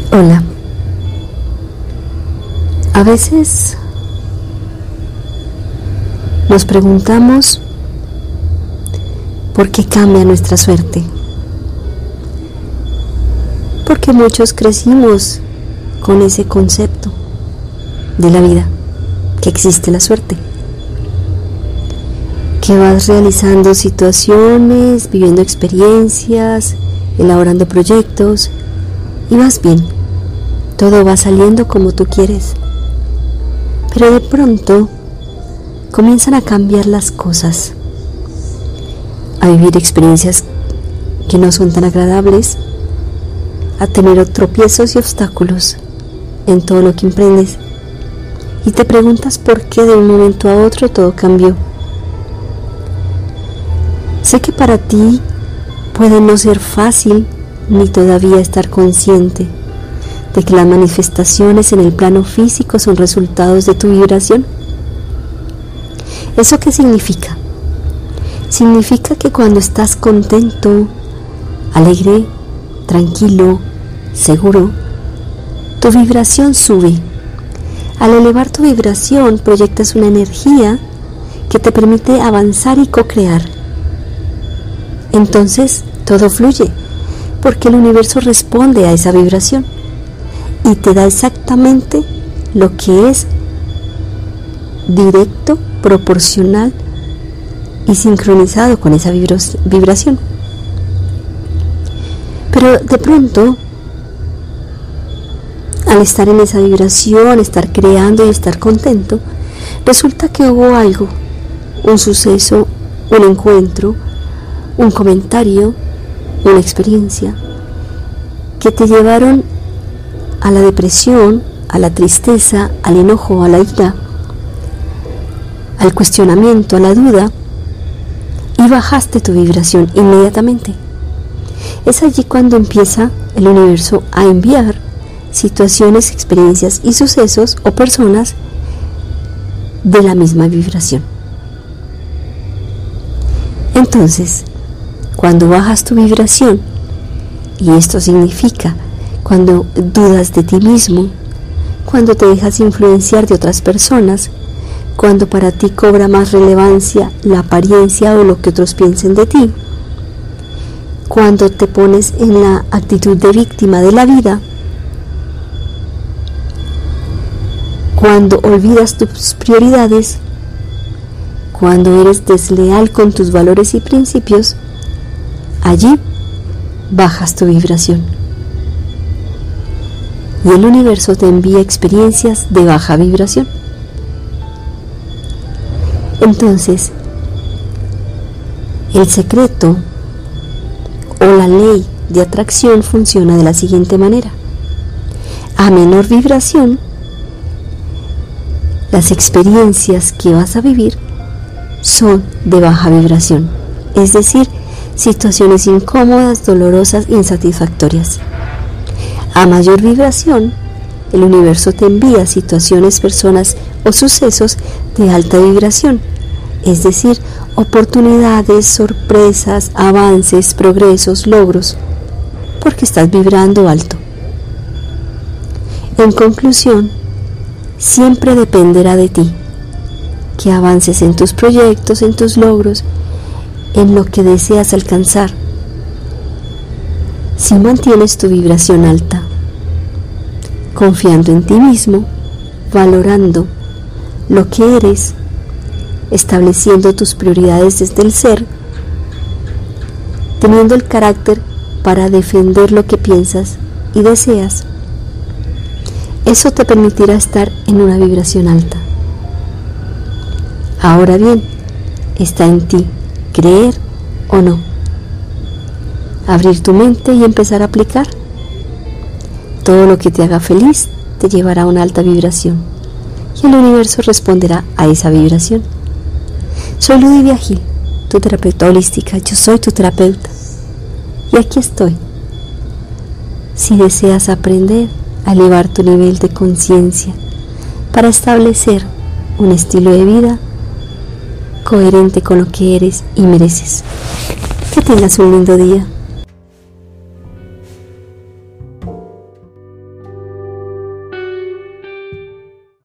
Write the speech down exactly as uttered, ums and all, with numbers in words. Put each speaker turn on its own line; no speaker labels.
Hola. A veces nos preguntamos por qué cambia nuestra suerte. Porque muchos crecimos con ese concepto de la vida, que existe la suerte. Que vas realizando situaciones, viviendo experiencias, elaborando proyectos y vas bien. Todo va saliendo como tú quieres. Pero de pronto comienzan a cambiar las cosas, a vivir experiencias que no son tan agradables, a tener tropiezos y obstáculos en todo lo que emprendes. Y te preguntas por qué de un momento a otro todo cambió. Sé que para ti puede no ser fácil ni todavía estar consciente de que las manifestaciones en el plano físico son resultados de tu vibración. ¿Eso qué significa? Significa que cuando estás contento, alegre, tranquilo, seguro, tu vibración sube. Al elevar tu vibración, proyectas una energía que te permite avanzar y co-crear. Entonces, todo fluye, porque el universo responde a esa vibración y te da exactamente lo que es directo, proporcional y sincronizado con esa vibración. Pero de pronto, al estar en esa vibración, estar creando y estar contento, resulta que hubo algo, un suceso, un encuentro, un comentario, una experiencia, que te llevaron a la depresión, a la tristeza, al enojo, a la ira, al cuestionamiento, a la duda, y bajaste tu vibración inmediatamente. Es allí cuando empieza el universo a enviar situaciones, experiencias y sucesos o personas de la misma vibración. Entonces, cuando bajas tu vibración, y esto significa cuando dudas de ti mismo, cuando te dejas influenciar de otras personas, cuando para ti cobra más relevancia la apariencia o lo que otros piensen de ti, cuando te pones en la actitud de víctima de la vida, cuando olvidas tus prioridades, cuando eres desleal con tus valores y principios, allí bajas tu vibración. Y el universo te envía experiencias de baja vibración. Entonces, el secreto o la ley de atracción funciona de la siguiente manera. A menor vibración, las experiencias que vas a vivir son de baja vibración, es decir, situaciones incómodas, dolorosas, insatisfactorias. A mayor vibración, el universo te envía situaciones, personas o sucesos de alta vibración, es decir, oportunidades, sorpresas, avances, progresos, logros, porque estás vibrando alto. En conclusión, siempre dependerá de ti que avances en tus proyectos, en tus logros, en lo que deseas alcanzar. Si mantienes tu vibración alta, confiando en ti mismo, valorando lo que eres, estableciendo tus prioridades desde el ser, teniendo el carácter para defender lo que piensas y deseas, eso te permitirá estar en una vibración alta. Ahora bien, está en ti creer o no, abrir tu mente y empezar a aplicar. Todo lo que te haga feliz te llevará a una alta vibración y el universo responderá a esa vibración. Soy Ludivia Gil, tu terapeuta holística. Yo soy tu terapeuta y aquí estoy. Si deseas aprender a elevar tu nivel de conciencia para establecer un estilo de vida coherente con lo que eres y mereces. Que tengas un lindo día.